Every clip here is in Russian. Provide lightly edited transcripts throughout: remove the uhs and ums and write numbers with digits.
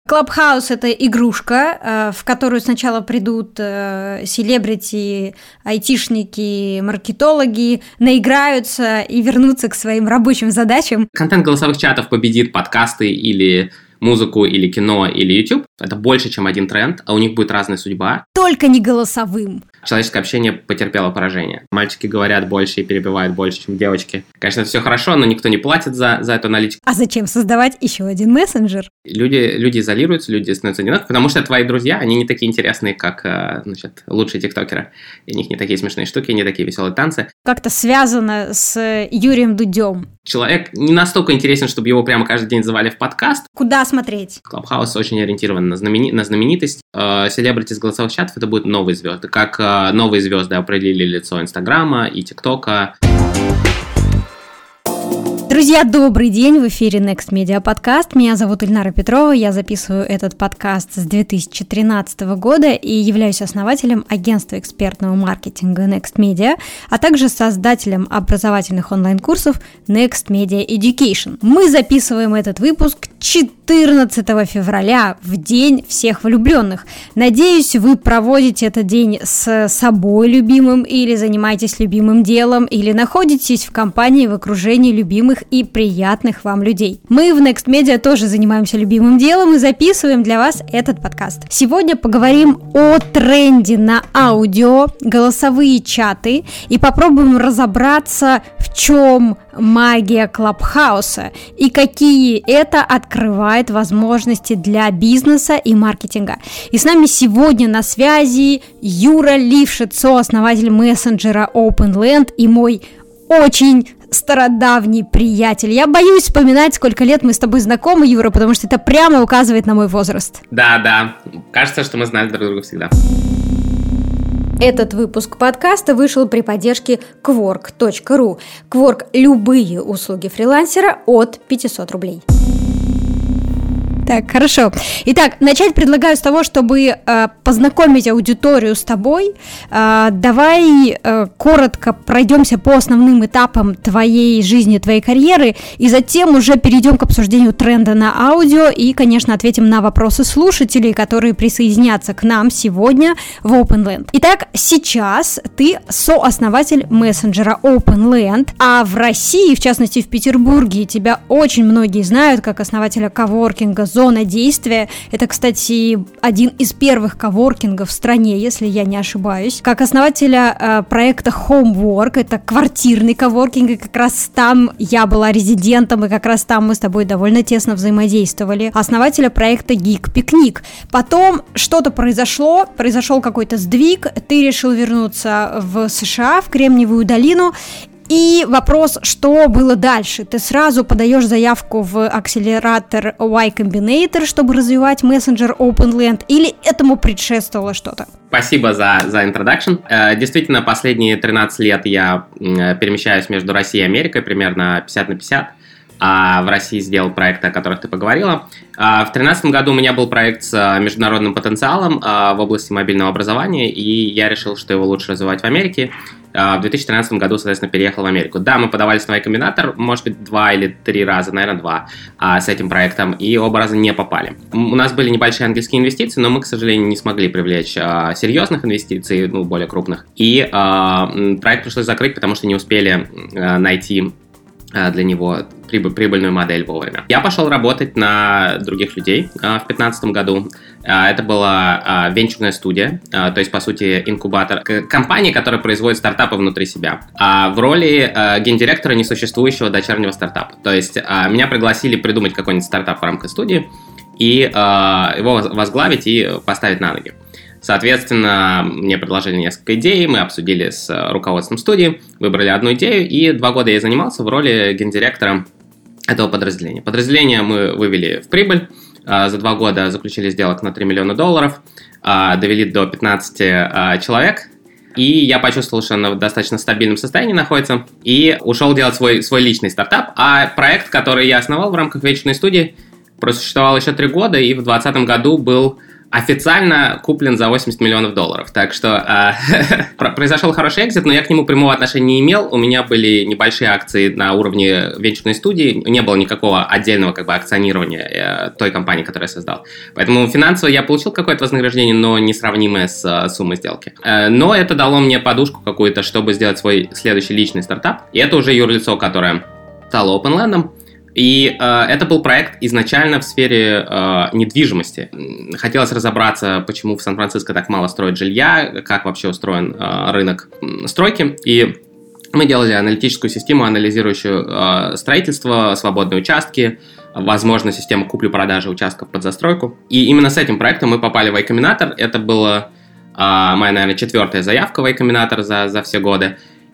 Clubhouse — это игрушка, в которую сначала придут селебрити, айтишники, маркетологи, наиграются и вернутся к своим рабочим задачам. Контент голосовых чатов победит подкасты или музыку, или кино, или YouTube. Это больше, чем один тренд, а у них будет разная судьба. Только не голосовым. Человеческое общение потерпело поражение. Мальчики говорят больше и перебивают больше, чем девочки. Конечно, все хорошо, но никто не платит за эту аналитику. А зачем создавать еще один мессенджер? Люди изолируются, люди становятся одиноки, потому что твои друзья, они не такие интересные, как, лучшие тиктокеры. У них не такие смешные штуки, не такие веселые танцы. Как-то связано с Юрием Дудем. Человек не настолько интересен, чтобы его прямо каждый день звали в подкаст. Куда смотреть? Clubhouse очень ориентирован на знаменитость. Селебрити с голосовых чатов — это будут новые звезды. Как новые звезды определили лицо Инстаграма и ТикТока. Друзья, добрый день! В эфире Next Media подкаст. Меня зовут Ильнара Петрова. Я записываю этот подкаст с 2013 года и являюсь основателем агентства экспертного маркетинга Next Media, а также создателем образовательных онлайн-курсов Next Media Education. Мы записываем этот выпуск 14 февраля, в День всех влюбленных. Надеюсь, вы проводите этот день с собой любимым или занимаетесь любимым делом, или находитесь в компании, в окружении любимых и приятных вам людей. Мы в Next Media тоже занимаемся любимым делом и записываем для вас этот подкаст. Сегодня поговорим о тренде на аудио, голосовые чаты и попробуем разобраться, в чем магия Клабхауса и какие это открывает возможности для бизнеса и маркетинга. И с нами сегодня на связи Юра Лившиц, сооснователь мессенджера OpenLand и мой очень стародавний приятель. Я боюсь вспоминать, сколько лет мы с тобой знакомы, Юра, потому что это прямо указывает на мой возраст. Да. Кажется, что мы знали друг друга всегда. Этот выпуск подкаста вышел при поддержке Quark.ru. Quark – любые услуги фрилансера от 500 рублей. Так, хорошо. Итак, начать предлагаю с того, чтобы познакомить аудиторию с тобой. Давай коротко пройдемся по основным этапам твоей жизни, твоей карьеры, и затем уже перейдем к обсуждению тренда на аудио и, конечно, ответим на вопросы слушателей, которые присоединятся к нам сегодня в OpenLand. Итак, сейчас ты сооснователь мессенджера OpenLand, а в России, в частности в Петербурге, тебя очень многие знают как основателя коворкинга «Зона действия». Это, кстати, один из первых коворкингов в стране, если я не ошибаюсь. Как основателя проекта Homework, это квартирный коворкинг, и как раз там я была резидентом, и как раз там мы с тобой довольно тесно взаимодействовали. Основателя проекта Geek Picnic. Потом что-то произошел какой-то сдвиг, ты решил вернуться в США, в Кремниевую долину. И вопрос, что было дальше? Ты сразу подаешь заявку в акселератор Y Combinator, чтобы развивать мессенджер OpenLand, или этому предшествовало что-то? Спасибо за introduction. Действительно, последние 13 лет я перемещаюсь между Россией и Америкой, примерно 50/50. А в России сделал проекты, о которых ты поговорила. В 2013 году у меня был проект с международным потенциалом в области мобильного образования, и я решил, что его лучше развивать в Америке. В 2013 году, соответственно, переехал в Америку. Да, мы подавались на Y Combinator, может быть, 2 или 3 раза, наверное, 2 с этим проектом, и оба раза не попали. У нас были небольшие английские инвестиции, но мы, к сожалению, не смогли привлечь серьезных инвестиций, более крупных. И проект пришлось закрыть, потому что не успели найти для него прибыльную модель вовремя. Я пошел работать на других людей в 2015 году. Это была венчурная студия, то есть, по сути, инкубатор компании, которая производит стартапы внутри себя. В роли гендиректора несуществующего дочернего стартапа. То есть, меня пригласили придумать какой-нибудь стартап в рамках студии и его возглавить и поставить на ноги. Соответственно, мне предложили несколько идей, мы обсудили с руководством студии, выбрали одну идею, и 2 года я занимался в роли гендиректора этого подразделения. Подразделение мы вывели в прибыль, за 2 года заключили сделок на $3 миллиона, довели до 15 человек, и я почувствовал, что она в достаточно стабильном состоянии находится, и ушел делать свой личный стартап, а проект, который я основал в рамках венчурной студии, просуществовал еще 3 года, и в 2020 году был официально куплен за $80 миллионов. Так что произошел хороший экзит, но я к нему прямого отношения не имел. У меня были небольшие акции на уровне венчурной студии, не было никакого отдельного акционирования той компании, которую я создал. Поэтому финансово я получил какое-то вознаграждение, но несравнимое с суммой сделки. Но это дало мне подушку какую-то, чтобы сделать свой следующий личный стартап. И это уже юрлицо, которое стало OpenLand. И это был проект изначально в сфере недвижимости. Хотелось разобраться, почему в Сан-Франциско так мало строят жилья, как вообще устроен рынок стройки. И мы делали аналитическую систему, анализирующую строительство, свободные участки, возможно, систему купли-продажи участков под застройку. И именно с этим проектом мы попали в Y Combinator. Это была моя, наверное, 4-я заявка в Y Combinator за все годы.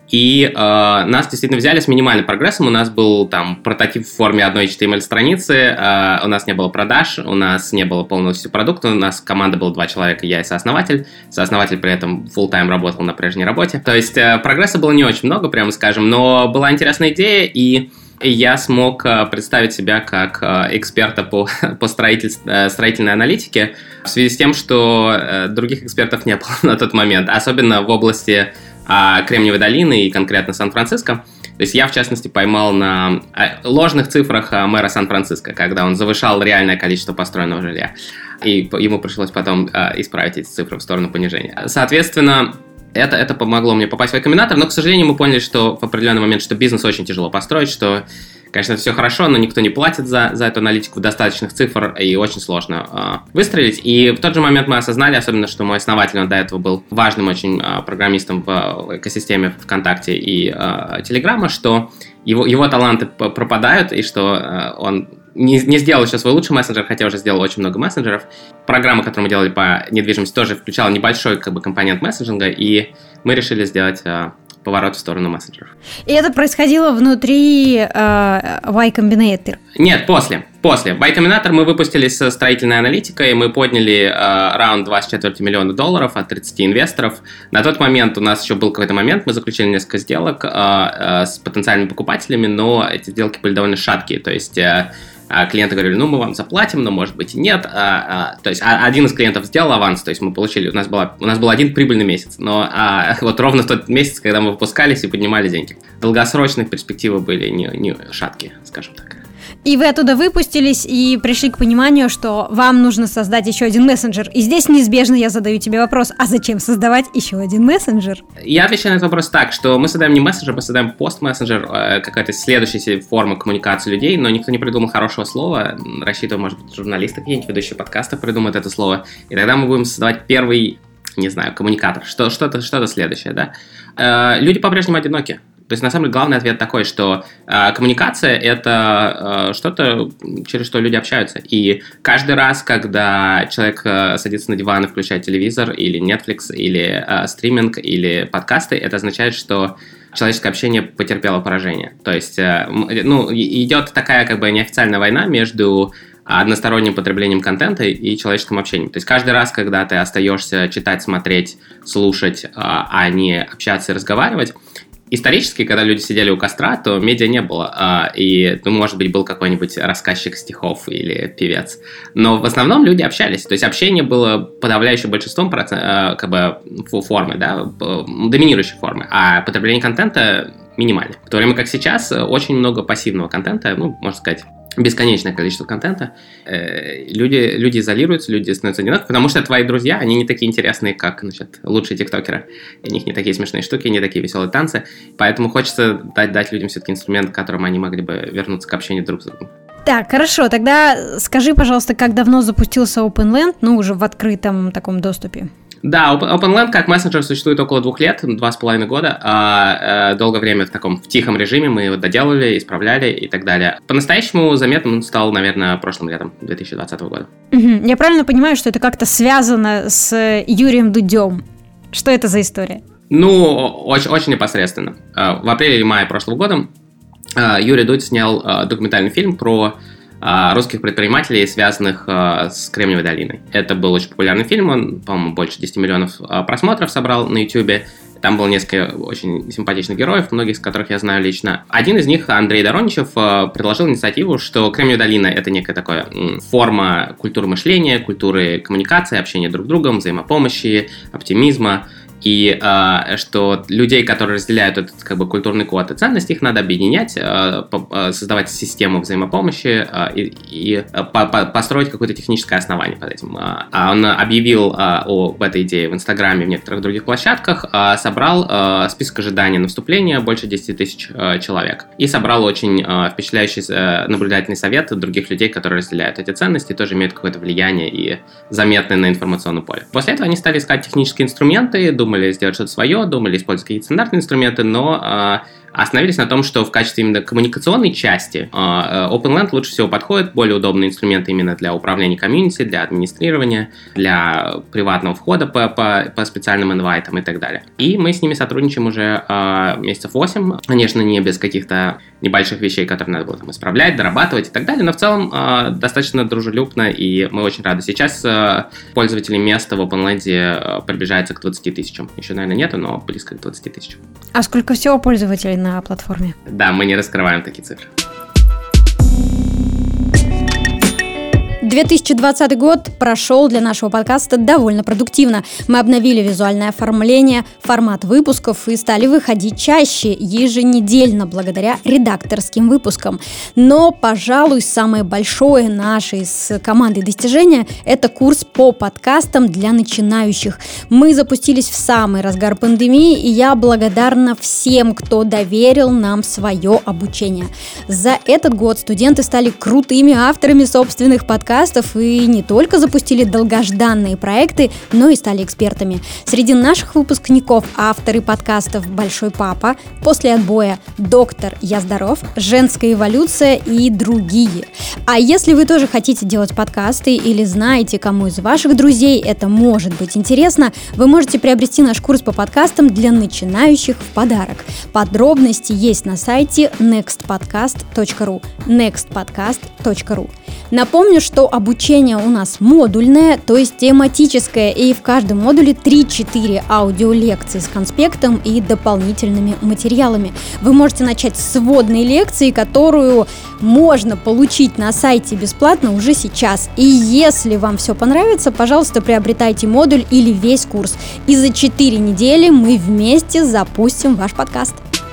И нас действительно взяли с минимальным прогрессом. У нас был там прототип в форме одной HTML-страницы, у нас не было продаж, у нас не было полностью продукта, у нас команда была 2 человека, я и сооснователь. Сооснователь при этом full-time работал на прежней работе. То есть прогресса было не очень много, прямо скажем, но была интересная идея, и я смог представить себя как эксперта по строительной аналитике в связи с тем, что других экспертов не было на тот момент, особенно в области Кремниевой долины и конкретно Сан-Франциско. То есть я, в частности, поймал на ложных цифрах мэра Сан-Франциско, когда он завышал реальное количество построенного жилья. И ему пришлось потом исправить эти цифры в сторону понижения. Соответственно, это помогло мне попасть в Y Combinator, но, к сожалению, мы поняли, что в определенный момент, что бизнес очень тяжело построить, что, конечно, это все хорошо, но никто не платит за эту аналитику достаточных цифр, и очень сложно выстрелить. И в тот же момент мы осознали, особенно, что мой основатель, он до этого был важным очень программистом в экосистеме ВКонтакте и Телеграма, что его таланты пропадают, и что он не сделал еще свой лучший мессенджер, хотя уже сделал очень много мессенджеров. Программа, которую мы делали по недвижимости, тоже включала небольшой компонент мессенджинга, и мы решили сделать поворот в сторону мессенджеров. И это происходило внутри Y Combinator? Нет, после. В Y Combinator мы выпустились со строительной аналитикой, мы подняли раунд $24 миллиона от 30 инвесторов. На тот момент у нас еще был какой-то момент, мы заключили несколько сделок с потенциальными покупателями, но эти сделки были довольно шаткие, то есть клиенты говорили, мы вам заплатим, но может быть и нет. То есть один из клиентов сделал аванс, то есть мы получили, у нас был один прибыльный месяц, но вот ровно в тот месяц, когда мы выпускались и поднимали деньги. Долгосрочные перспективы были не шаткие, скажем так. И вы оттуда выпустились и пришли к пониманию, что вам нужно создать еще один мессенджер. И здесь неизбежно я задаю тебе вопрос, а зачем создавать еще один мессенджер? Я отвечаю на этот вопрос так, что мы создаем не мессенджер, мы создаем пост-мессенджер, какая-то следующая форма коммуникации людей, но никто не придумал хорошего слова. Рассчитываю, может быть, журналисты какие-нибудь, ведущие подкаста придумают это слово. И тогда мы будем создавать первый, не знаю, коммуникатор, что-то следующее, да? Люди по-прежнему одиноки. То есть, на самом деле, главный ответ такой, что коммуникация – это что-то, через что люди общаются. И каждый раз, когда человек садится на диван и включает телевизор, или Netflix, или стриминг, или подкасты, это означает, что человеческое общение потерпело поражение. То есть, идет такая неофициальная война между односторонним потреблением контента и человеческим общением. То есть каждый раз, когда ты остаешься читать, смотреть, слушать, а не общаться и разговаривать, исторически, когда люди сидели у костра, то медиа не было, и, может быть, был какой-нибудь рассказчик стихов или певец. Но в основном люди общались, то есть общение было подавляющим большинством формы, да, доминирующей формы, а потребление контента минимально. В то время как сейчас очень много пассивного контента, можно сказать, бесконечное количество контента. Люди изолируются, люди становятся одиноки, потому что твои друзья, они не такие интересные, как, лучшие тиктокеры. У них не такие смешные штуки, не такие веселые танцы. Поэтому хочется дать людям все-таки инструмент, которым они могли бы вернуться к общению друг с другом. Так, хорошо, тогда скажи, пожалуйста, как давно запустился OpenLand, уже в открытом таком доступе? Да, OpenLand как мессенджер существует около 2 лет, 2,5 года. Долгое время в тихом режиме мы его доделали, исправляли и так далее. По-настоящему заметным он стал, наверное, прошлым летом 2020 года. Я правильно понимаю, что это как-то связано с Юрием Дудем? Что это за история? Очень, очень непосредственно. В апреле или мае прошлого года Юрий Дудь снял документальный фильм про русских предпринимателей, связанных с Кремниевой долиной. Это был очень популярный фильм, он, по-моему, больше 10 миллионов просмотров собрал на YouTube. Там было несколько очень симпатичных героев, многих из которых я знаю лично. Один из них, Андрей Дороничев, предложил инициативу, что Кремниевая долина — это некая такая форма культуры мышления, культуры коммуникации, общения друг с другом, взаимопомощи, оптимизма. И что людей, которые разделяют этот культурный код и ценности, их надо объединять, создавать систему взаимопомощи и построить какое-то техническое основание под этим. Он объявил об этой идее в Инстаграме, в некоторых других площадках, собрал список ожиданий на вступление больше 10 тысяч человек. И собрал очень впечатляющий наблюдательный совет других людей, которые разделяют эти ценности, тоже имеют какое-то влияние и заметное на информационном поле. После этого они стали искать технические инструменты, думали сделать что-то свое, думали использовать какие-то стандартные инструменты, но остановились на том, что в качестве именно коммуникационной части OpenLand лучше всего подходит, более удобный инструмент именно для управления комьюнити, для администрирования, для приватного входа по специальным инвайтам и так далее. И мы с ними сотрудничаем уже месяцев 8, конечно, не без каких-то небольших вещей, которые надо было там исправлять, дорабатывать и так далее, но в целом достаточно дружелюбно, и мы очень рады. Сейчас пользователей места в OpenLand приближается к 20 тысячам. Еще, наверное, нету, но близко к 20 тысячам. А сколько всего пользователей на платформе? Да, мы не раскрываем такие цифры. 2020 год прошел для нашего подкаста довольно продуктивно. Мы обновили визуальное оформление, формат выпусков и стали выходить чаще, еженедельно, благодаря редакторским выпускам. Но, пожалуй, самое большое наше с командой достижение – это курс по подкастам для начинающих. Мы запустились в самый разгар пандемии, и я благодарна всем, кто доверил нам свое обучение. За этот год студенты стали крутыми авторами собственных подкастов и не только запустили долгожданные проекты, но и стали экспертами. Среди наших выпускников авторы подкастов «Большой папа», «После отбоя», «Доктор, я здоров», «Женская эволюция» и другие. А если вы тоже хотите делать подкасты или знаете, кому из ваших друзей это может быть интересно, вы можете приобрести наш курс по подкастам для начинающих в подарок. Подробности есть на сайте nextpodcast.ru. nextpodcast.ru. Напомню, что обучение у нас модульное, то есть тематическое, и в каждом модуле 3-4 аудиолекции с конспектом и дополнительными материалами. Вы можете начать с вводной лекции, которую можно получить на сайте бесплатно уже сейчас. И если вам все понравится, пожалуйста, приобретайте модуль или весь курс. И за 4 недели мы вместе запустим ваш подкаст.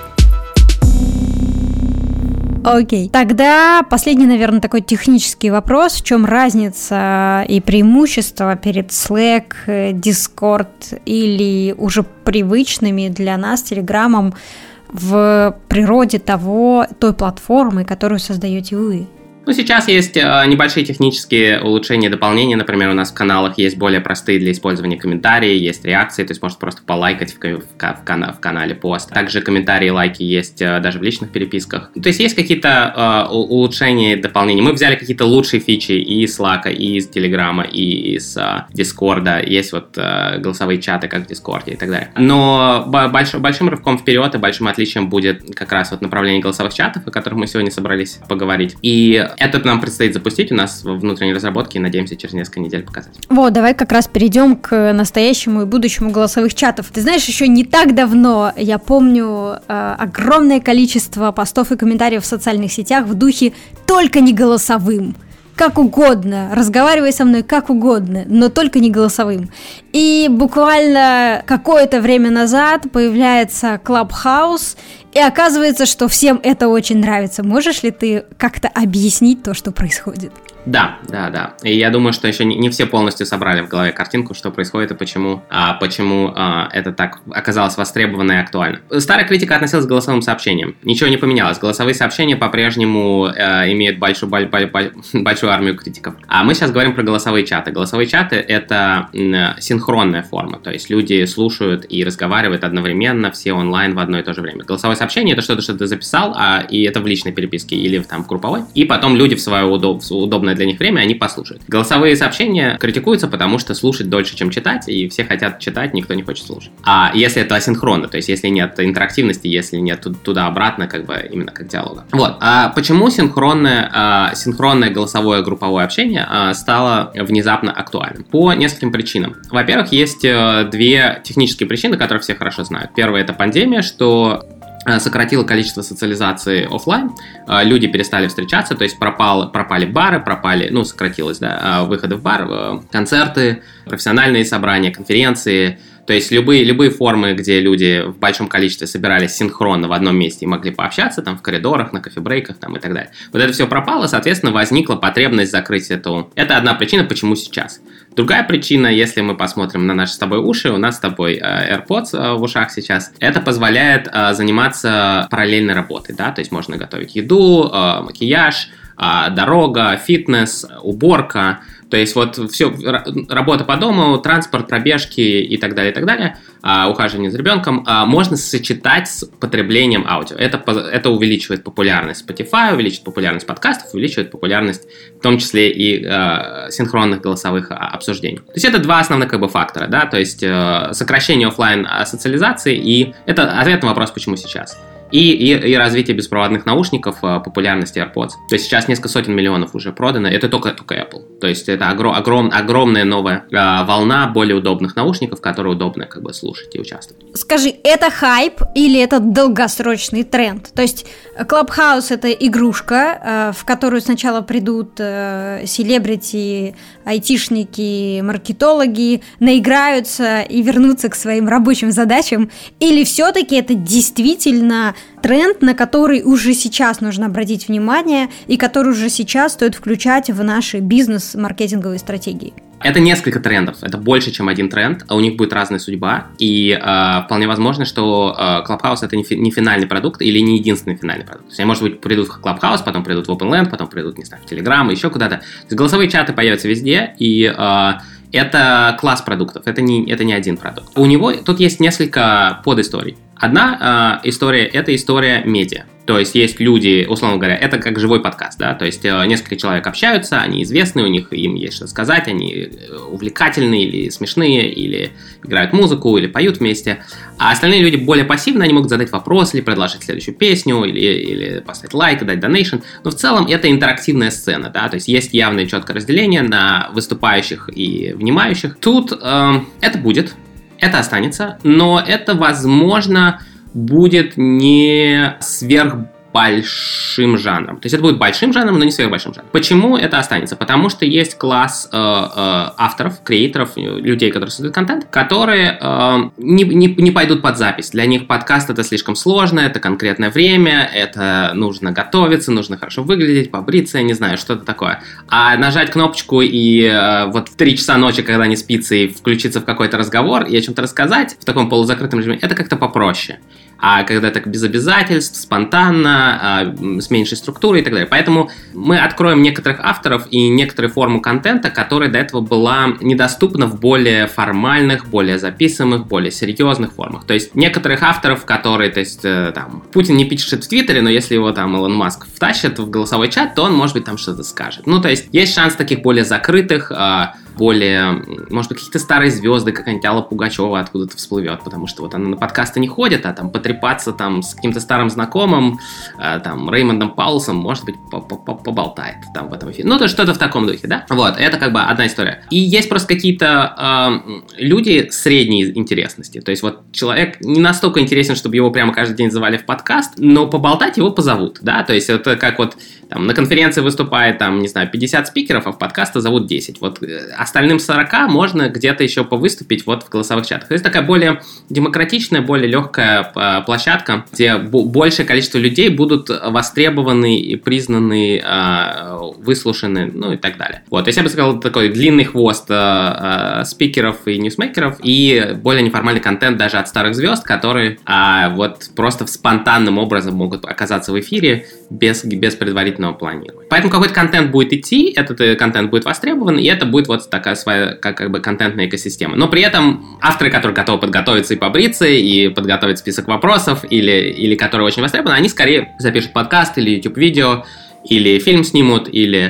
Окей. Тогда последний, наверное, такой технический вопрос. В чем разница и преимущество перед Slack, Discord или уже привычными для нас Телеграмом в природе той платформы, которую создаете вы? Сейчас есть небольшие технические улучшения, дополнения. Например, у нас в каналах есть более простые для использования комментарии, есть реакции, то есть можно просто полайкать в канале пост. Также комментарии и лайки есть даже в личных переписках. То есть есть какие-то улучшения, дополнения. Мы взяли какие-то лучшие фичи и из Slack, и из Telegram, и из Discord. Есть голосовые чаты, как в Discord и так далее. Но большим рывком вперед и большим отличием будет как раз направление голосовых чатов, о которых мы сегодня собрались поговорить. И это нам предстоит запустить у нас в внутренней разработке и, надеемся, через несколько недель показать. Давай как раз перейдем к настоящему и будущему голосовых чатов. Ты знаешь, еще не так давно, я помню, огромное количество постов и комментариев в социальных сетях в духе «только не голосовым». Как угодно, разговаривай со мной как угодно, но только не голосовым. И буквально какое-то время назад появляется Clubhouse, и оказывается, что всем это очень нравится. Можешь ли ты как-то объяснить то, что происходит? Да. И я думаю, что еще не все полностью собрали в голове картинку, что происходит и почему это так оказалось востребовано и актуально. Старая критика относилась к голосовым сообщениям. Ничего не поменялось. Голосовые сообщения по-прежнему имеют большую армию критиков. А мы сейчас говорим про голосовые чаты. Голосовые чаты — это синхронная форма, то есть люди слушают и разговаривают одновременно, все онлайн в одно и то же время. Голосовое сообщение — это что-то, что ты записал, и это в личной переписке или в групповой. И потом люди в свое удобное удобное для них время, они послушают. Голосовые сообщения критикуются, потому что слушать дольше, чем читать, и все хотят читать, никто не хочет слушать. А если это асинхронно, то есть если нет интерактивности, если нет туда-обратно, как бы именно как диалога. Вот. А почему синхронное голосовое групповое общение стало внезапно актуальным? По нескольким причинам. Во-первых, есть две технические причины, которые все хорошо знают. Первая — это пандемия, что сократило количество социализации офлайн, люди перестали встречаться, то есть пропали бары, сократилось, да, выходы в бар, концерты, профессиональные собрания, конференции, то есть любые формы, где люди в большом количестве собирались синхронно в одном месте и могли пообщаться, там, в коридорах, на кофе-брейках, там, и так далее. Вот это все пропало, соответственно, возникла потребность закрыть эту. Это одна причина, почему сейчас. Другая причина, если мы посмотрим на наши с тобой уши, у нас с тобой AirPods в ушах сейчас, это позволяет заниматься параллельной работой, да, то есть можно готовить еду, макияж, дорога, фитнес, уборка, то есть вот все, работа по дому, транспорт, пробежки и так далее, ухаживание за ребенком можно сочетать с потреблением аудио. Это увеличивает популярность Spotify, увеличивает популярность подкастов, увеличивает популярность в том числе и синхронных голосовых обсуждений. То есть это два основных как бы фактора, да, то есть сокращение офлайн социализации, и это ответ на вопрос, почему сейчас. И развитие беспроводных наушников, популярности AirPods. То есть сейчас несколько сотен миллионов уже продано. Это только Apple. То есть это огромная новая волна более удобных наушников, которые удобно как бы слушать и участвовать. Скажи, это хайп или это долгосрочный тренд? То есть Clubhouse — это игрушка, в которую сначала придут селебрити, айтишники, маркетологи, наиграются и вернутся к своим рабочим задачам? Или все-таки это действительно тренд, на который уже сейчас нужно обратить внимание и который уже сейчас стоит включать в наши бизнес-маркетинговые стратегии? Это несколько трендов, это больше, чем один тренд, а у них будет разная судьба, и вполне возможно, что Clubhouse — это не финальный продукт или не единственный финальный продукт. То есть они, может быть, придут в Clubhouse, потом придут в OpenLand, потом придут, не знаю, в Telegram, еще куда-то. То есть голосовые чаты появятся везде, и это класс продуктов, это не один продукт. У него тут есть несколько подисторий. Одна история — это история медиа. То есть есть люди, условно говоря, это как живой подкаст, да, то есть несколько человек общаются, они известны, им есть что сказать, они увлекательные или смешные, или играют музыку, или поют вместе, а остальные люди более пассивны, они могут задать вопрос, или предложить следующую песню, или поставить лайк, дать донейшн, но в целом это интерактивная сцена, да, то есть есть явное четкое разделение на выступающих и внимающих. Тут это будет, это останется, но это, возможно, будет не сверхбольшим жанром. То есть это будет большим жанром, но не сверхбольшим жанром. Почему это останется? Потому что есть класс авторов, креаторов, людей, которые создают контент, которые не пойдут под запись. Для них подкаст — это слишком сложно, это конкретное время, это нужно готовиться, нужно хорошо выглядеть, побриться, я не знаю, что-то такое. А нажать кнопочку и вот в 3 часа ночи, когда не спится, и включиться в какой-то разговор и о чем-то рассказать в таком полузакрытом режиме, это как-то попроще. А когда так без обязательств, спонтанно, с меньшей структурой и так далее. Поэтому мы откроем некоторых авторов и некоторые форму контента, которая до этого была недоступна в более формальных, более записанных, более серьезных формах. То есть некоторых авторов, которые, то есть там, Путин не пишет в Твиттере, но если его там Илон Маск втащит в голосовой чат, то он, может быть, там что-то скажет. Ну, то есть есть шанс таких более закрытых, более, может быть, какие-то старые звезды, какая-нибудь Алла Пугачева откуда-то всплывет, потому что вот она на подкасты не ходит, а там потрепаться там с каким-то старым знакомым, там, Реймондом Паулсом, может быть, поболтает там в этом эфире. Ну, то есть что-то в таком духе, да? Вот, это как бы одна история. И есть просто какие-то люди средней интересности, то есть вот человек не настолько интересен, чтобы его прямо каждый день звали в подкаст, но поболтать его позовут, да, то есть это как вот там на конференции выступает, там, не знаю, 50 спикеров, а в подкасты зовут 10. Вот остальным 40 можно где-то еще повыступить вот в голосовых чатах. То есть такая более демократичная, более легкая площадка, где большее количество людей будут востребованы и признаны, выслушаны, ну и так далее. Вот, то есть я бы сказал, такой длинный хвост спикеров и ньюсмейкеров и более неформальный контент даже от старых звезд, которые вот просто спонтанным образом могут оказаться в эфире без предварительного планирования. Поэтому какой-то контент будет идти, этот контент будет востребован, и это будет вот такая своя как бы контентная экосистема. Но при этом авторы, которые готовы подготовиться и побриться, и подготовить список вопросов, или которые очень востребованы, они скорее запишут подкаст или YouTube-видео, или фильм снимут, или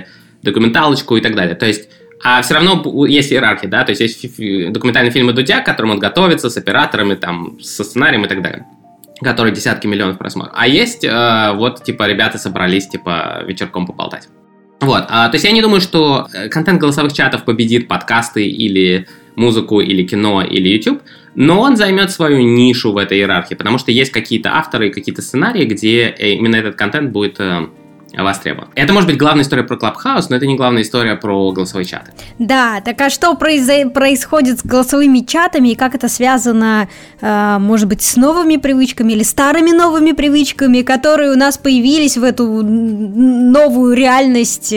документалочку и так далее. То есть, а все равно есть иерархия, да, то есть документальные фильмы Дудя, к которым он готовится, с операторами, там, со сценарием и так далее, которые десятки миллионов просмотров. А есть вот, типа, ребята собрались, типа, вечерком поболтать. Вот, то есть я не думаю, что контент голосовых чатов победит подкасты или музыку, или кино, или YouTube, но он займет свою нишу в этой иерархии, потому что есть какие-то авторы и какие-то сценарии, где именно этот контент будет востребован. Это может быть главная история про Clubhouse, но это не главная история про голосовые чаты. Да, так а что происходит с голосовыми чатами и как это связано, может быть, с новыми привычками или старыми новыми привычками, которые у нас появились в эту новую реальность?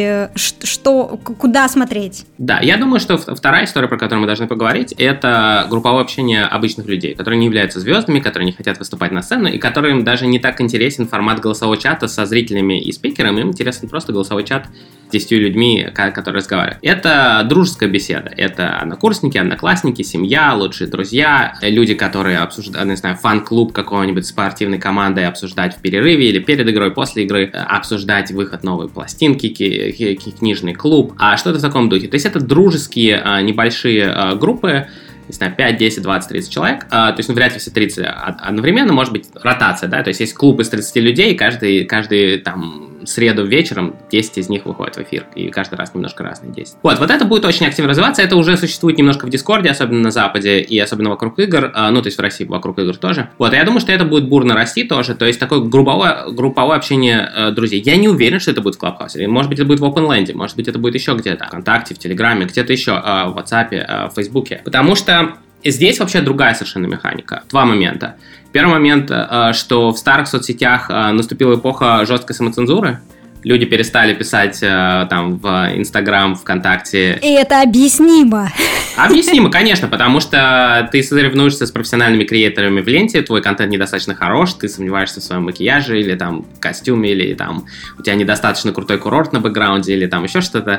Куда смотреть? Да, я думаю, что вторая история, про которую мы должны поговорить, это групповое общение обычных людей, которые не являются звездами, которые не хотят выступать на сцену и которым даже не так интересен формат голосового чата со зрителями и спикерами. Им интересен просто голосовой чат с 10 людьми, которые разговаривают. Это дружеская беседа. Это однокурсники, одноклассники, семья, лучшие друзья, люди, которые обсуждают, не знаю, фан-клуб какой-нибудь спортивной команды, обсуждать в перерыве или перед игрой, после игры, обсуждать выход новой пластинки, книжный клуб, что-то в таком духе. То есть это дружеские небольшие группы, не знаю, 5, 10, 20, 30 человек, то есть, вряд ли все 30 одновременно, может быть, ротация, да, то есть, есть клуб из 30 людей, каждый там, среду вечером 10 из них выходит в эфир, и каждый раз немножко разные 10. Вот это будет очень активно развиваться, это уже существует немножко в Дискорде, особенно на Западе, и особенно вокруг игр, то есть, в России вокруг игр тоже. Вот, и я думаю, что это будет бурно расти тоже, то есть, такое групповое общение друзей. Я не уверен, что это будет в Clubhouse, или, может быть, это будет в OpenLand, может быть, это будет еще где-то, ВКонтакте, в Телеграме, где-то еще, в WhatsApp, в Фейсбуке, потому что здесь вообще другая совершенно механика. Два момента. Первый момент, что в старых соцсетях наступила эпоха жесткой самоцензуры. Люди перестали писать там в Инстаграм, ВКонтакте. И это объяснимо. Объяснимо, конечно, потому что ты соревнуешься с профессиональными креаторами в ленте, твой контент недостаточно хорош, ты сомневаешься в своем макияже, или там костюме, или там у тебя недостаточно крутой курорт на бэкграунде, или там еще что-то.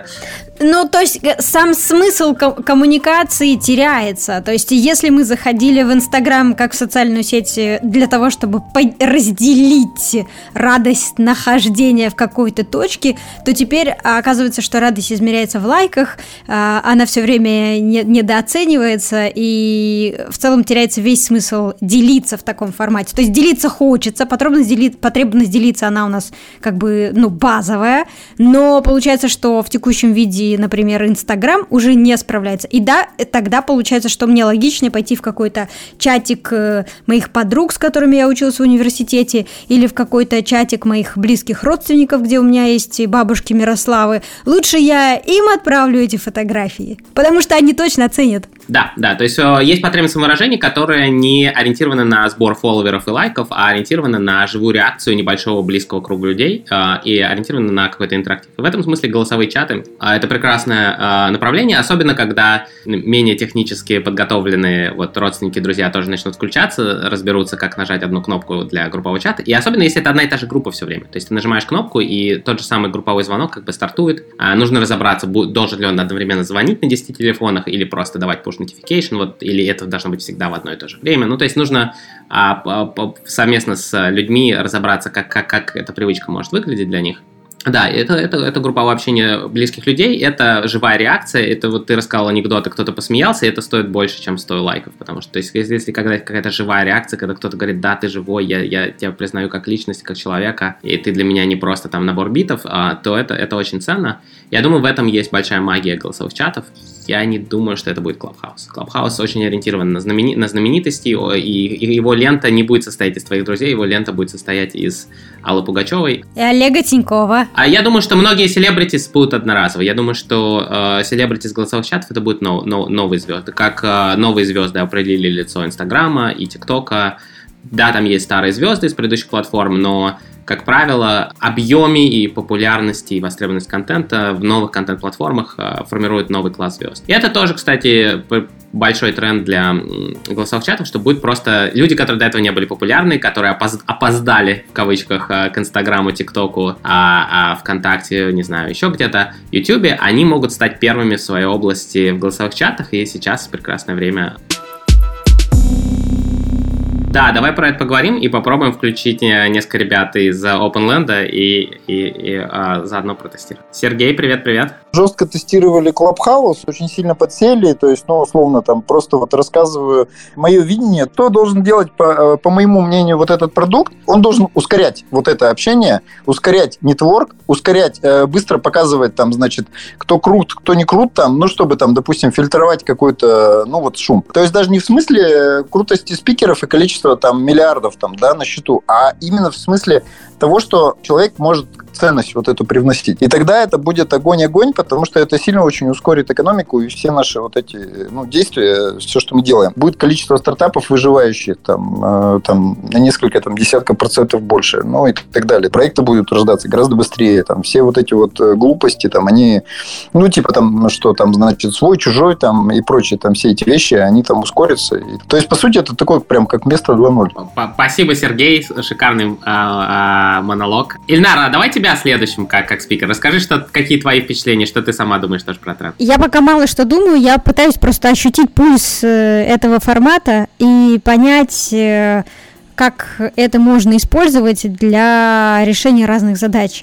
То есть сам смысл коммуникации теряется. То есть если мы заходили в Инстаграм как в социальную сеть для того, чтобы разделить радость нахождения в какой-то точки, то теперь оказывается, что радость измеряется в лайках, она все время недооценивается, и в целом теряется весь смысл делиться в таком формате. То есть делиться хочется, потребность делиться, она у нас как бы, базовая, но получается, что в текущем виде, например, Инстаграм уже не справляется. И да, тогда получается, что мне логичнее пойти в какой-то чатик моих подруг, с которыми я училась в университете, или в какой-то чатик моих близких родственников, где у меня есть бабушки Мирославы, лучше я им отправлю эти фотографии, потому что они точно оценят. Да, то есть есть потребность в выражении, которая не ориентирована на сбор фолловеров и лайков, а ориентирована на живую реакцию небольшого близкого круга людей и ориентирована на какой-то интерактив. В этом смысле голосовые чаты — это прекрасное направление, особенно когда менее технически подготовленные родственники, друзья тоже начнут включаться, разберутся, как нажать одну кнопку для группового чата, и особенно если это одна и та же группа все время. То есть ты нажимаешь кнопку, и тот же самый групповой звонок как бы стартует. Нужно разобраться, должен ли он одновременно звонить на 10 телефонах или просто давать push notification, или это должно быть всегда в одно и то же время. То есть нужно совместно с людьми разобраться, как эта привычка может выглядеть для них. Да, это групповое общение близких людей, это живая реакция, это ты рассказал анекдот, и кто-то посмеялся, и это стоит больше, чем 100 лайков, потому что если какая-то живая реакция, когда кто-то говорит, да, ты живой, я тебя признаю как личность, как человека, и ты для меня не просто там набор битов, то это очень ценно. Я думаю, в этом есть большая магия голосовых чатов. Я не думаю, что это будет Clubhouse. Clubhouse очень ориентирован на знаменитости, и его лента не будет состоять из твоих друзей, его лента будет состоять из Аллы Пугачевой и Олега Тинькова. А я думаю, что многие селебритис будут одноразовые. Я думаю, что селебритис голосовых чатов — это будут новые звезды. Как новые звезды определили лицо Инстаграма и ТикТока. Да, там есть старые звезды из предыдущих платформ, но, как правило, объеме и популярности и востребованность контента в новых контент-платформах формирует новый класс звезд. И это тоже, кстати, большой тренд для голосовых чатов, что будет просто люди, которые до этого не были популярны, которые опоздали, в кавычках, к Инстаграму, ТикТоку, ВКонтакте, не знаю, еще где-то, Ютубе, они могут стать первыми в своей области в голосовых чатах, и сейчас прекрасное время. Да, давай про это поговорим и попробуем включить несколько ребят из OpenLand и заодно протестировать. Сергей, привет. Жестко тестировали Clubhouse, очень сильно подсели, то есть, условно, там просто вот рассказываю мое видение. Кто должен делать, по моему мнению, вот этот продукт? Он должен ускорять вот это общение, ускорять нетворк, ускорять, быстро показывать там, значит, кто крут, кто не крут там, чтобы там, допустим, фильтровать какой-то, шум. То есть даже не в смысле крутости спикеров и количества там миллиардов там, да, на счету, а именно в смысле того, что человек может ценность вот эту привносить. И тогда это будет огонь-огонь, потому что это сильно очень ускорит экономику и все наши вот эти действия, все, что мы делаем. Будет количество стартапов выживающих там на несколько десятков процентов больше, и так далее. Проекты будут рождаться гораздо быстрее. Там все вот эти вот глупости, там они, значит, свой, чужой, там и прочие, там все эти вещи, они там ускорятся. То есть, по сути, это такое прям как место 2.0. Спасибо, Сергей, шикарный монолог. Ильнара, давай тебя следующим как спикер. Расскажи, какие твои впечатления, что ты сама думаешь тоже про тренд. Я пока мало что думаю, я пытаюсь просто ощутить пульс этого формата и понять, как это можно использовать для решения разных задач.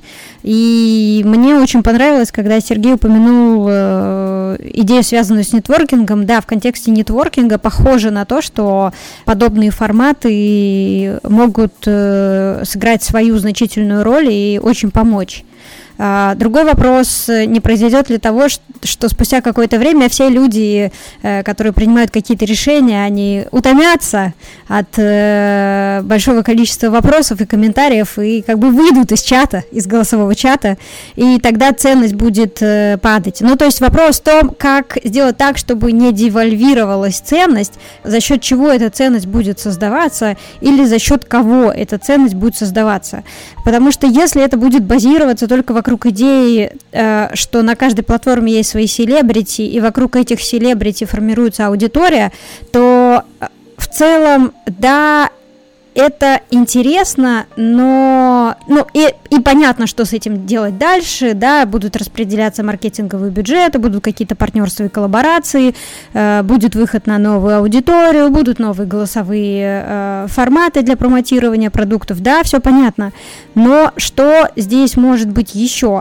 И мне очень понравилось, когда Сергей упомянул идею, связанную с нетворкингом. Да, в контексте нетворкинга похоже на то, что подобные форматы могут сыграть свою значительную роль и очень помочь. Другой вопрос, не произойдет ли того, что спустя какое-то время все люди, которые принимают какие-то решения, они утомятся от большого количества вопросов и комментариев и как бы выйдут из чата, из голосового чата, и тогда ценность будет падать. То есть вопрос в том, как сделать так, чтобы не девальвировалась ценность, за счет чего эта ценность будет создаваться или за счет кого эта ценность будет создаваться. Потому что если это будет базироваться только вокруг идеи, что на каждой платформе есть свои селебрити, и вокруг этих селебрити формируется аудитория, то в целом, да, это интересно, но и понятно, что с этим делать дальше, да, будут распределяться маркетинговые бюджеты, будут какие-то партнерства и коллаборации, будет выход на новую аудиторию, будут новые голосовые форматы для промотирования продуктов, да, все понятно, но что здесь может быть еще?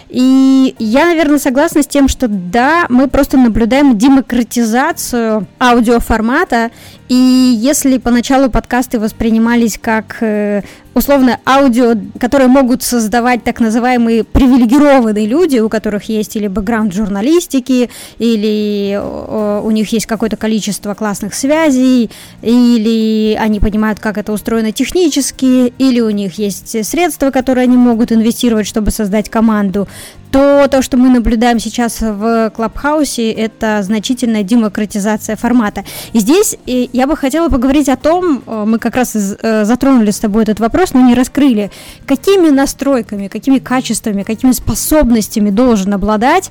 И я, наверное, согласна с тем, что да, мы просто наблюдаем демократизацию аудиоформата, и если поначалу подкасты воспринимались как условно аудио, которые могут создавать так называемые привилегированные люди, у которых есть или бэкграунд журналистики, или у них есть какое-то количество классных связей, или они понимают, как это устроено технически, или у них есть средства, которые они могут инвестировать, чтобы создать команду, то, что мы наблюдаем сейчас в Клабхаусе, это значительная демократизация формата. И здесь я бы хотела поговорить о том, мы как раз затронули с тобой этот вопрос, но не раскрыли, какими настройками, какими качествами, какими способностями должен обладать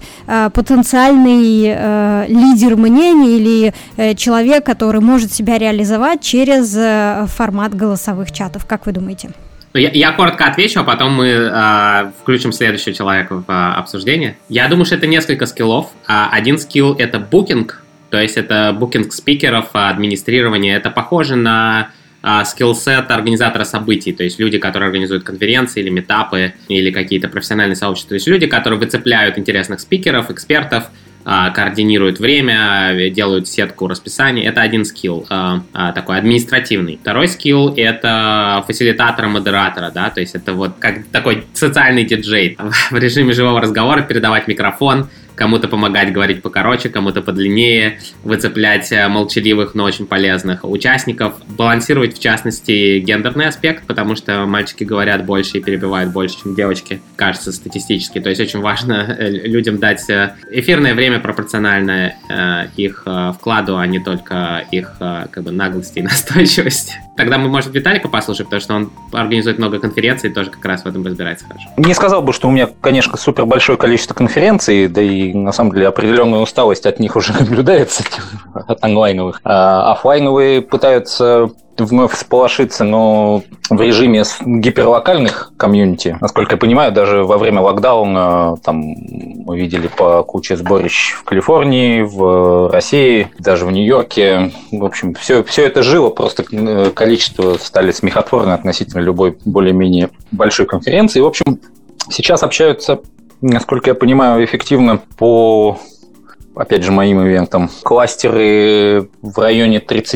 потенциальный лидер мнений или человек, который может себя реализовать через формат голосовых чатов. Как вы думаете? Я коротко отвечу, а потом мы включим следующего человека в обсуждение. Я думаю, что это несколько скиллов. Один скилл — это букинг, то есть это букинг спикеров, администрирование. Это похоже на скиллсет организатора событий, то есть люди, которые организуют конференции или митапы, или какие-то профессиональные сообщества. То есть люди, которые выцепляют интересных спикеров, экспертов, координируют время, делают сетку расписания. Это один скилл, такой административный. Второй скилл — это фасилитатора-модератора, да, то есть это вот как такой социальный диджей. В режиме живого разговора передавать микрофон, кому-то помогать говорить покороче, кому-то подлиннее, выцеплять молчаливых, но очень полезных участников, балансировать, в частности, гендерный аспект, потому что мальчики говорят больше и перебивают больше, чем девочки, кажется, статистически. То есть очень важно людям дать эфирное время пропорциональное их вкладу, а не только их наглости и настойчивости. Тогда мы, может, Виталика послушаем, потому что он организует много конференций и тоже как раз в этом разбирается хорошо. Не сказал бы, что у меня, конечно, супер большое количество конференций, да и на самом деле определенная усталость от них уже наблюдается. от онлайновых. А офлайновые пытаются вновь всполошиться, но в режиме гиперлокальных комьюнити. Насколько я понимаю, даже во время локдауна там мы видели по куче сборищ в Калифорнии, в России, даже в Нью-Йорке. В общем, все это жило, просто количество стали смехотворны относительно любой более-менее большой конференции. В общем, сейчас общаются, насколько я понимаю, эффективно по, опять же, моим ивентам. Кластеры в районе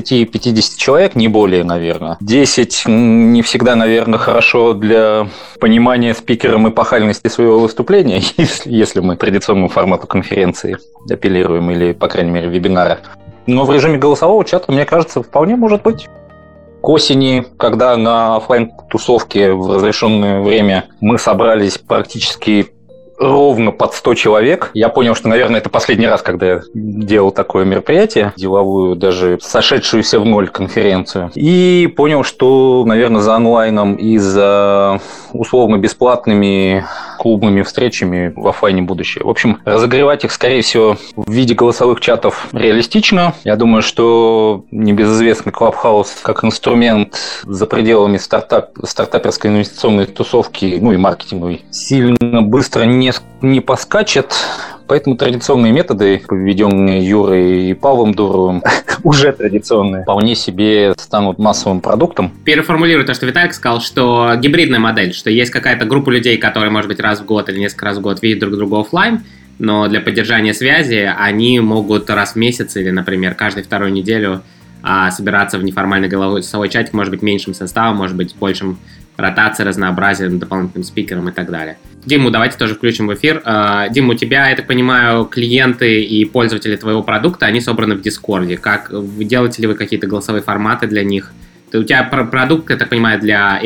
30-50 человек, не более, наверное. 10 не всегда, наверное, хорошо для понимания спикером эпохальности своего выступления, если мы к традиционному формату конференции апеллируем или, по крайней мере, вебинара. Но в режиме голосового чата, мне кажется, вполне может быть. К осени, когда на офлайн-тусовке в разрешенное время мы собрались практически ровно под 100 человек. Я понял, что, наверное, это последний раз, когда я делал такое мероприятие, деловую, даже сошедшуюся в ноль конференцию. И понял, что, наверное, за онлайном и за условно-бесплатными клубными встречами в офлайне будущее. В общем, разогревать их, скорее всего, в виде голосовых чатов реалистично. Я думаю, что небезызвестный Clubhouse как инструмент за пределами стартаперской инвестиционной тусовки, ну и маркетинговой, сильно быстро не поскачет. Поэтому традиционные методы, введенные Юрой и Павлом Дуровым, уже традиционные, вполне себе станут массовым продуктом. Переформулирую то, что Виталик сказал, что гибридная модель, что есть какая-то группа людей, которые, может быть, раз в год или несколько раз в год видят друг друга офлайн, но для поддержания связи они могут раз в месяц или, например, каждую вторую неделю собираться в неформальный голосовой чатик, может быть, меньшим составом, может быть, большим ротацией, разнообразием, дополнительным спикером и так далее. Диму давайте тоже включим в эфир. Дим, у тебя, я так понимаю, клиенты и пользователи твоего продукта, они собраны в Дискорде. Делаете ли вы какие-то голосовые форматы для них? У тебя продукт, я так понимаю, для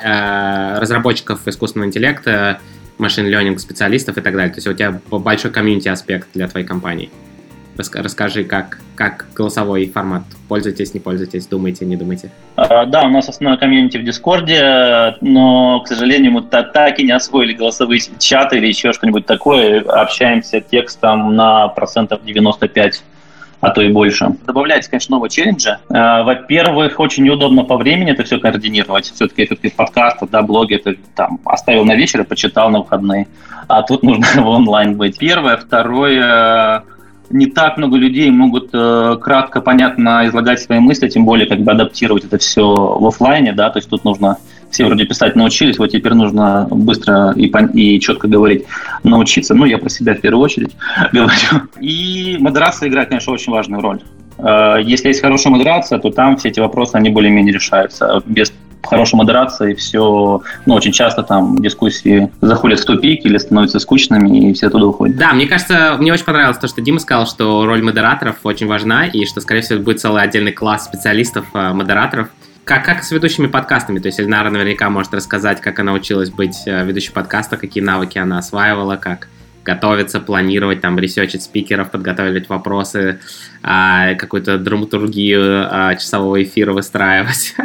AI, разработчиков искусственного интеллекта, машин-ленинг специалистов и так далее. То есть у тебя большой комьюнити-аспект для твоей компании. Расскажи, как голосовой формат. Пользуетесь, не пользуетесь, думаете, не думаете? Да, у нас основное комьюнити в Дискорде, но, к сожалению, мы так и не освоили голосовые чаты или еще что-нибудь такое. Общаемся текстом на 95%, а то и больше. Добавляется, конечно, новые челленджи. Во-первых, очень неудобно по времени это все координировать. Все-таки подкаст, блоги, ты там оставил на вечер и почитал на выходные. А тут нужно в онлайн быть. Первое. Второе, не так много людей могут кратко, понятно излагать свои мысли, тем более адаптировать это все в офлайне, да, то есть тут нужно, все вроде писать научились, вот теперь нужно быстро и четко говорить, научиться. Ну, я про себя в первую очередь говорю. И модерация играет, конечно, очень важную роль. Если есть хорошая модерация, то там все эти вопросы, они более-менее решаются. Без хорошей модерации все, очень часто там дискуссии заходят в тупик или становятся скучными, и все оттуда уходят. Да, мне кажется, мне очень понравилось то, что Дима сказал, что роль модераторов очень важна, и что, скорее всего, будет целый отдельный класс специалистов, модераторов. Как с ведущими подкастами? То есть Эльнара наверняка может рассказать, как она училась быть ведущей подкаста, какие навыки она осваивала, как готовиться, планировать, там, ресерчить спикеров, подготавливать вопросы, какую-то драматургию часового эфира выстраивать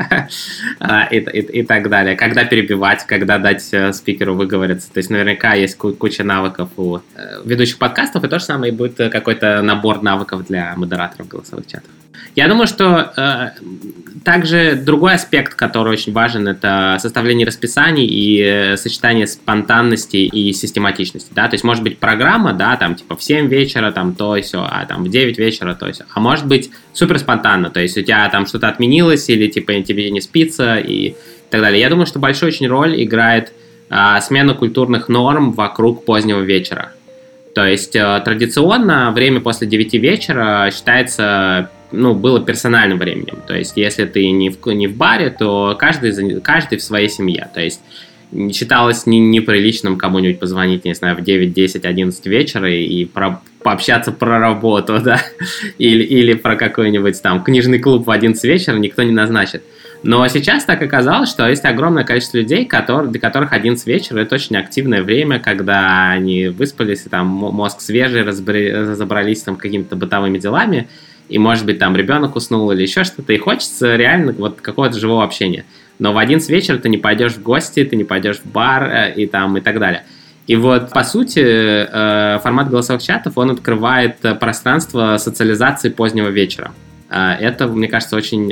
и так далее. Когда перебивать, когда дать спикеру выговориться. То есть наверняка есть куча навыков у ведущих подкастов, и то же самое будет какой-то набор навыков для модераторов голосовых чатов. Я думаю, что также другой аспект, который очень важен, это составление расписаний и сочетание спонтанности и систематичности. Да? То есть может быть программа, да, там типа в 7 вечера, там то и сё, а там в 9 вечера то и сё. А может быть супер спонтанно, то есть у тебя там что-то отменилось или типа тебе не спится и так далее. Я думаю, что большую очень роль играет смена культурных норм вокруг позднего вечера. То есть традиционно время после 9 вечера считается, было персональным временем. То есть если ты не в баре, то каждый в своей семье. То есть считалось неприличным кому-нибудь позвонить, не знаю, в 9, 10, 11 вечера и пообщаться про работу, да, или про какой-нибудь там книжный клуб в 11 вечера никто не назначит. Но сейчас так оказалось, что есть огромное количество людей, для которых 11 вечера – это очень активное время, когда они выспались, и там мозг свежий, разобрались там какими-то бытовыми делами, и, может быть, там ребенок уснул или еще что-то, и хочется реально вот какого-то живого общения. Но в 11 вечера ты не пойдешь в гости, ты не пойдешь в бар и так далее. И вот, по сути, формат голосовых чатов, он открывает пространство социализации позднего вечера. Это, мне кажется, очень...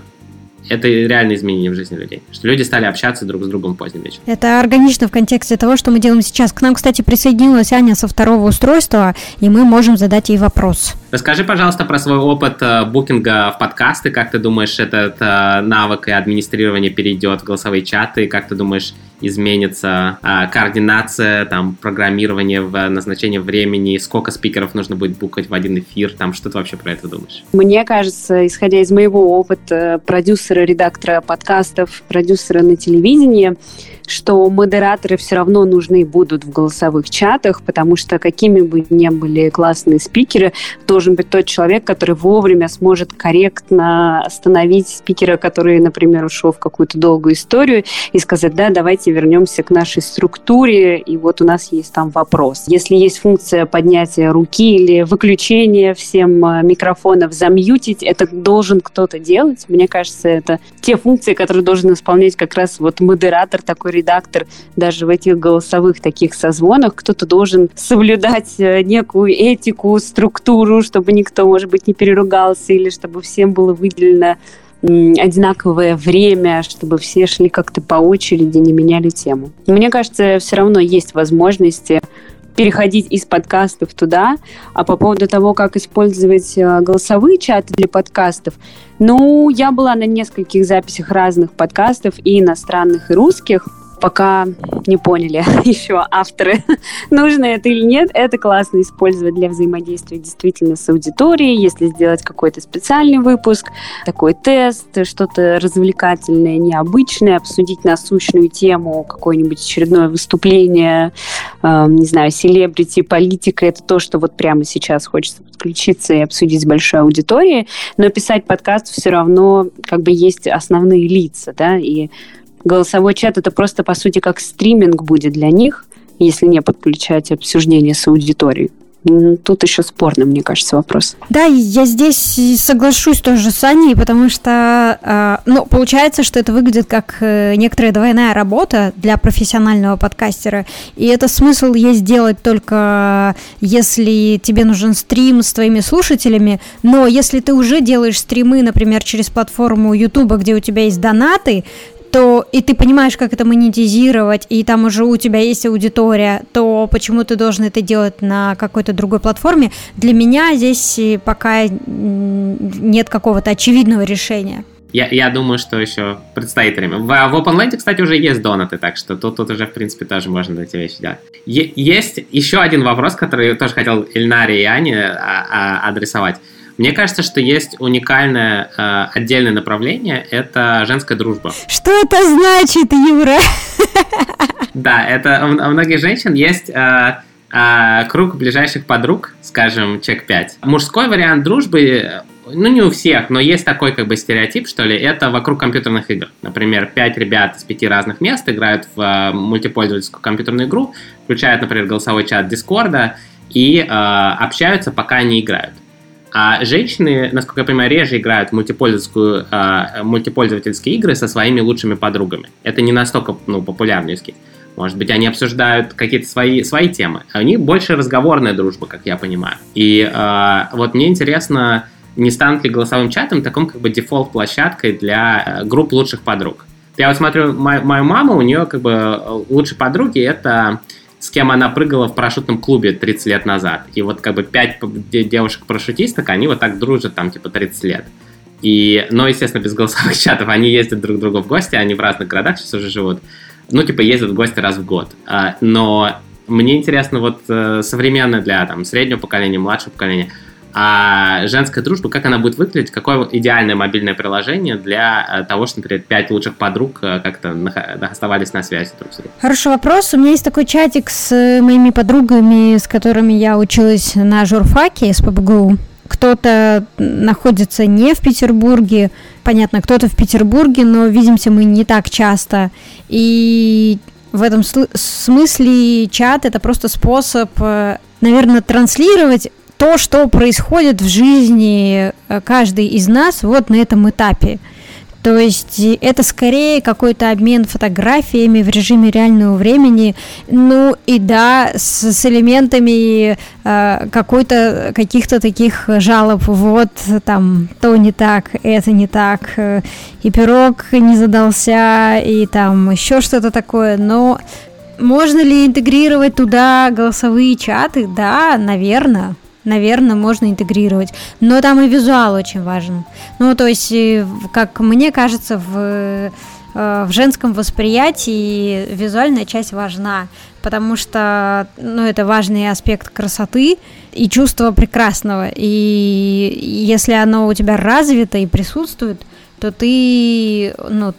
Это реальное изменение в жизни людей. Что люди стали общаться друг с другом поздним вечером. Это органично в контексте того, что мы делаем сейчас. К нам, кстати, присоединилась Аня со второго устройства, и мы можем задать ей вопрос. Расскажи, пожалуйста, про свой опыт букинга в подкасты. Как ты думаешь, этот навык и администрирование перейдет в голосовые чаты? Как ты думаешь, изменится координация, там, программирование, назначение времени? Сколько спикеров нужно будет букать в один эфир? Там, что ты вообще про это думаешь? Мне кажется, исходя из моего опыта продюсера, редактора подкастов, продюсера на телевидении, что модераторы все равно нужны будут в голосовых чатах, потому что какими бы ни были классные спикеры, должен быть тот человек, который вовремя сможет корректно остановить спикера, который, например, ушел в какую-то долгую историю, и сказать: да, давайте вернемся к нашей структуре, и вот у нас есть там вопрос. Если есть функция поднятия руки или выключения всем микрофонов, замьютить, это должен кто-то делать. Мне кажется, это те функции, которые должен исполнять как раз вот модератор, такой редактор, даже в этих голосовых таких созвонах. Кто-то должен соблюдать некую этику, структуру, чтобы никто, может быть, не переругался, или чтобы всем было выделено одинаковое время, чтобы все шли как-то по очереди, не меняли тему. Мне кажется, все равно есть возможности переходить из подкастов туда. А по поводу того, как использовать голосовые чаты для подкастов, ну, я была на нескольких записях разных подкастов, и иностранных, и русских. Пока не поняли еще авторы, нужно это или нет. Это классно использовать для взаимодействия действительно с аудиторией, если сделать какой-то специальный выпуск, такой тест, что-то развлекательное, необычное, обсудить насущную тему, какое-нибудь очередное выступление, не знаю, селебрити, политика. Это то, что вот прямо сейчас хочется подключиться и обсудить с большой аудиторией. Но писать подкаст все равно как бы есть основные лица, да, и голосовой чат — это просто, по сути, как стриминг будет для них, если не подключать обсуждение с аудиторией. Тут еще спорный, мне кажется, вопрос. Да, я здесь соглашусь тоже с Аней, потому что, получается, что это выглядит как некоторая двойная работа для профессионального подкастера, и это смысл есть делать только если тебе нужен стрим с твоими слушателями, но если ты уже делаешь стримы, например, через платформу YouTube, где у тебя есть донаты, то и ты понимаешь, как это монетизировать, и там уже у тебя есть аудитория, то почему ты должен это делать на какой-то другой платформе? Для меня здесь пока нет какого-то очевидного решения. Я думаю, что еще предстоит время. В OpenLand, кстати, уже есть донаты, так что тут уже, в принципе, тоже можно эти вещи делать. Есть еще один вопрос, который я тоже хотел Ильнаре и Ане адресовать. Мне кажется, что есть уникальное отдельное направление – это женская дружба. Что это значит, Юра? Да, это у многих женщин есть круг ближайших подруг, скажем, человек 5. Мужской вариант дружбы, не у всех, но есть такой как бы стереотип, что ли, это вокруг компьютерных игр. Например, 5 ребят из 5 разных мест играют в мультипользовательскую компьютерную игру, включают, например, голосовой чат Дискорда и общаются, пока они играют. А женщины, насколько я понимаю, реже играют в мультипользовательские игры со своими лучшими подругами. Это не настолько популярный язык. Может быть, они обсуждают какие-то свои темы. А у них больше разговорная дружба, как я понимаю. И вот мне интересно, не станут ли голосовым чатом таком как бы дефолт-площадкой для групп лучших подруг. Я вот смотрю, мою маму, у нее как бы лучшие подруги — это с кем она прыгала в парашютном клубе 30 лет назад. И вот как бы 5 девушек-парашютисток, они вот так дружат там типа 30 лет. Но, естественно, без голосовых чатов. Они ездят друг к другу в гости, они в разных городах сейчас уже живут. Ездят в гости раз в год. Но мне интересно вот современное для там среднего поколения, младшего поколения, а женская дружба, как она будет выглядеть, какое идеальное мобильное приложение для того, чтобы, например, 5 лучших подруг как-то оставались на связи друг с другом? Хороший вопрос. У меня есть такой чатик с моими подругами, с которыми я училась на журфаке с ПБГУ. Кто-то находится не в Петербурге, понятно, кто-то в Петербурге, но видимся мы не так часто. И в этом смысле чат — это просто способ, наверное, транслировать то, что происходит в жизни каждой из нас вот на этом этапе. То есть это скорее какой-то обмен фотографиями в режиме реального времени, ну и да, с элементами каких-то таких жалоб, вот там то не так, это не так, и пирог не задался, и там еще что-то такое, но можно ли интегрировать туда голосовые чаты? Да, наверное, можно интегрировать, но там и визуал очень важен. Ну, то есть, как мне кажется, в женском восприятии визуальная часть важна, потому что, ну, это важный аспект красоты и чувства прекрасного, и если оно у тебя развито и присутствует, то ты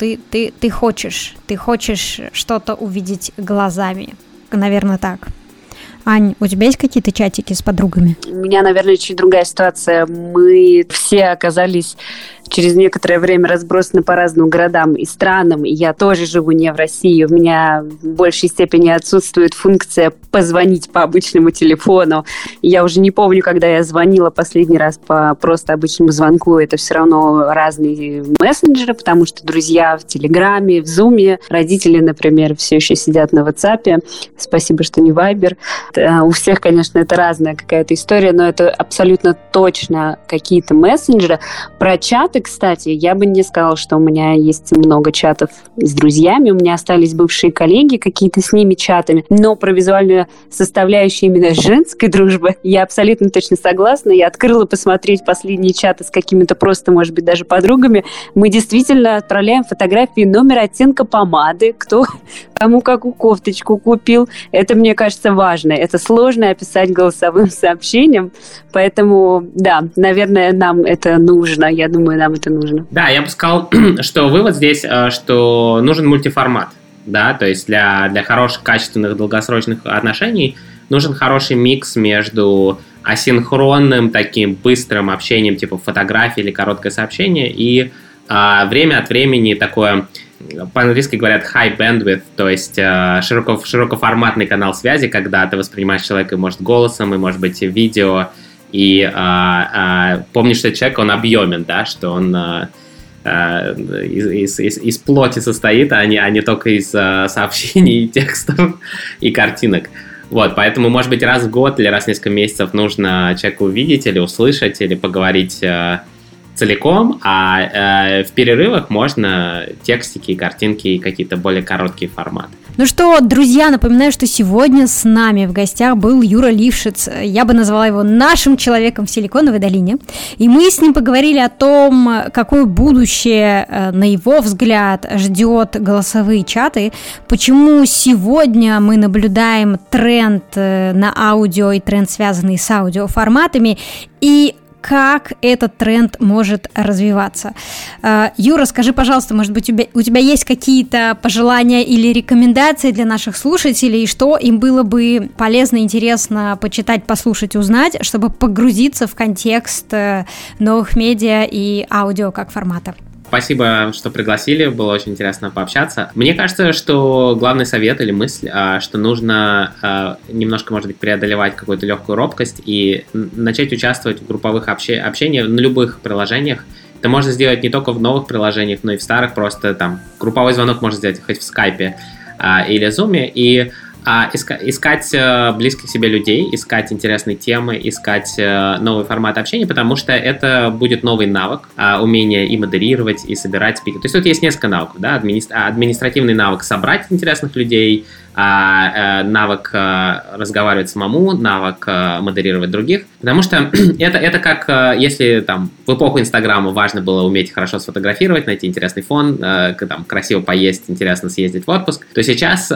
хочешь что-то увидеть глазами, наверное, так. Ань, у тебя есть какие-то чатики с подругами? У меня, наверное, чуть другая ситуация. Мы все оказались через некоторое время разбросаны по разным городам и странам, и я тоже живу не в России. У меня в большей степени отсутствует функция позвонить по обычному телефону. Я уже не помню, когда я звонила последний раз по просто обычному звонку. Это все равно разные мессенджеры, потому что друзья в Телеграме, в Зуме, родители, например, все еще сидят на WhatsApp. Спасибо, что не Вайбер. У всех, конечно, это разная какая-то история, но это абсолютно точно какие-то мессенджеры. Про чаты, кстати, я бы не сказала, что у меня есть много чатов с друзьями. У меня остались бывшие коллеги, какие-то с ними чатами. Но про визуальную составляющую именно женской дружбы я абсолютно точно согласна. Я открыла посмотреть последние чаты с какими-то просто, может быть, даже подругами. Мы действительно отправляем фотографии номер, оттенка помады, кто кому какую кофточку купил. Это, мне кажется, важно. Это сложно описать голосовым сообщением. Поэтому, да, наверное, нам это нужно. Я думаю, нам это нужно. Да, я бы сказал, что вывод здесь, что нужен мультиформат. Да, то есть для хороших, качественных, долгосрочных отношений нужен хороший микс между асинхронным, таким быстрым общением, типа фотографии или короткое сообщение, и время от времени такое, по-английски говорят high bandwidth, то есть широкоформатный канал связи, когда ты воспринимаешь человека, может, голосом, и, может быть, видео, и помнишь, что человек, он объемен, да, что он из плоти состоит, а не только из сообщений, текстов и картинок. Вот, поэтому, может быть, раз в год или раз в несколько месяцев нужно человека увидеть или услышать, или поговорить целиком, а в перерывах можно текстики, картинки и какие-то более короткие форматы. Ну что, друзья, напоминаю, что сегодня с нами в гостях был Юра Лившиц. Я бы назвала его нашим человеком в Силиконовой долине. И мы с ним поговорили о том, какое будущее, на его взгляд, ждет голосовые чаты, почему сегодня мы наблюдаем тренд на аудио и тренд, связанный с аудиоформатами, и как этот тренд может развиваться. Юра, скажи, пожалуйста, может быть, у тебя есть какие-то пожелания или рекомендации для наших слушателей, что им было бы полезно, интересно почитать, послушать, узнать, чтобы погрузиться в контекст новых медиа и аудио как формата? Спасибо, что пригласили, было очень интересно пообщаться. Мне кажется, что главный совет или мысль, что нужно немножко, может быть, преодолевать какую-то легкую робкость и начать участвовать в групповых общениях на любых приложениях. Это можно сделать не только в новых приложениях, но и в старых, просто там групповой звонок можно сделать хоть в скайпе или зуме, и искать близких себе людей, искать интересные темы, искать новый формат общения, потому что это будет новый навык, умение и модерировать, и собирать спикеров. То есть тут есть несколько навыков, да? Административный навык собрать интересных людей, навык разговаривать самому, навык модерировать других, потому что это как если там в эпоху Инстаграма важно было уметь хорошо сфотографировать, найти интересный фон, там, красиво поесть, интересно съездить в отпуск, то сейчас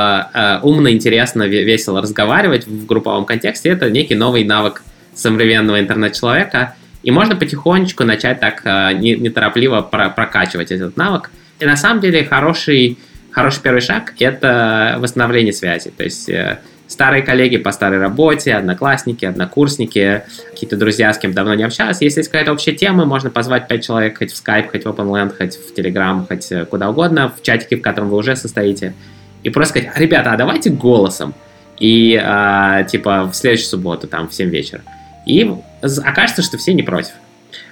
умно, интересно, весело разговаривать в групповом контексте — это некий новый навык современного интернет-человека, и можно потихонечку начать так неторопливо прокачивать этот навык. И на самом деле хороший первый шаг — это восстановление связи. То есть старые коллеги по старой работе, одноклассники, однокурсники, какие-то друзья, с кем давно не общались. Если есть какая-то общая тема, можно позвать 5 человек хоть в Skype, хоть в OpenLand, хоть в Telegram, хоть куда угодно, в чатике, в котором вы уже состоите. И просто сказать: ребята, а давайте голосом. И типа в следующую субботу, там, в 7 вечера. И окажется, что все не против.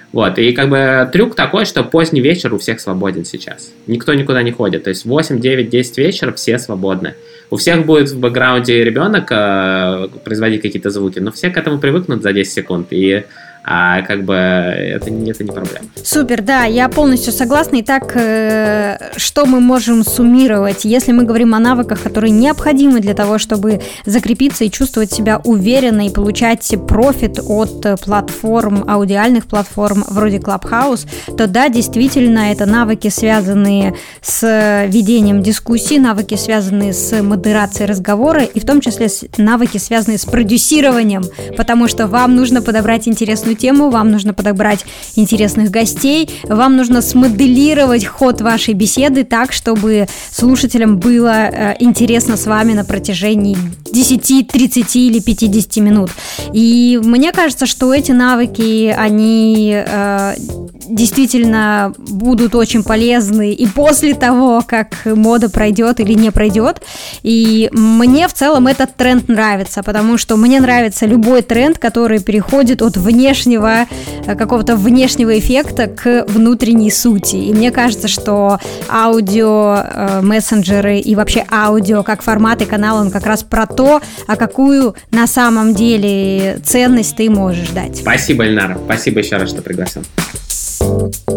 Вот, и как бы трюк такой, что поздний вечер у всех свободен сейчас. Никто никуда не ходит. То есть 8, 9, 10 вечера все свободны. У всех будет в бэкграунде ребенок производить какие-то звуки, но все к этому привыкнут за 10 секунд, и как бы это не проблема. Супер, да, я полностью согласна. Итак, что мы можем суммировать? Если мы говорим о навыках, которые необходимы для того, чтобы закрепиться и чувствовать себя уверенно и получать профит от платформ, аудиальных платформ вроде Clubhouse, то да, действительно, это навыки, связанные с ведением дискуссий, навыки, связанные с модерацией разговора, и в том числе навыки, связанные с продюсированием, потому что вам нужно подобрать интересную тему, вам нужно подобрать интересных гостей, вам нужно смоделировать ход вашей беседы так, чтобы слушателям было интересно с вами на протяжении 10, 30 или 50 минут. И мне кажется, что эти навыки, они действительно будут очень полезны и после того, как мода пройдет или не пройдет. И мне в целом этот тренд нравится, потому что мне нравится любой тренд, который переходит от какого-то внешнего эффекта к внутренней сути. И мне кажется, что аудио, мессенджеры и вообще аудио как формат и канал, он как раз про то, а какую на самом деле ценность ты можешь дать. Спасибо, Эльнара. Спасибо еще раз, что пригласил.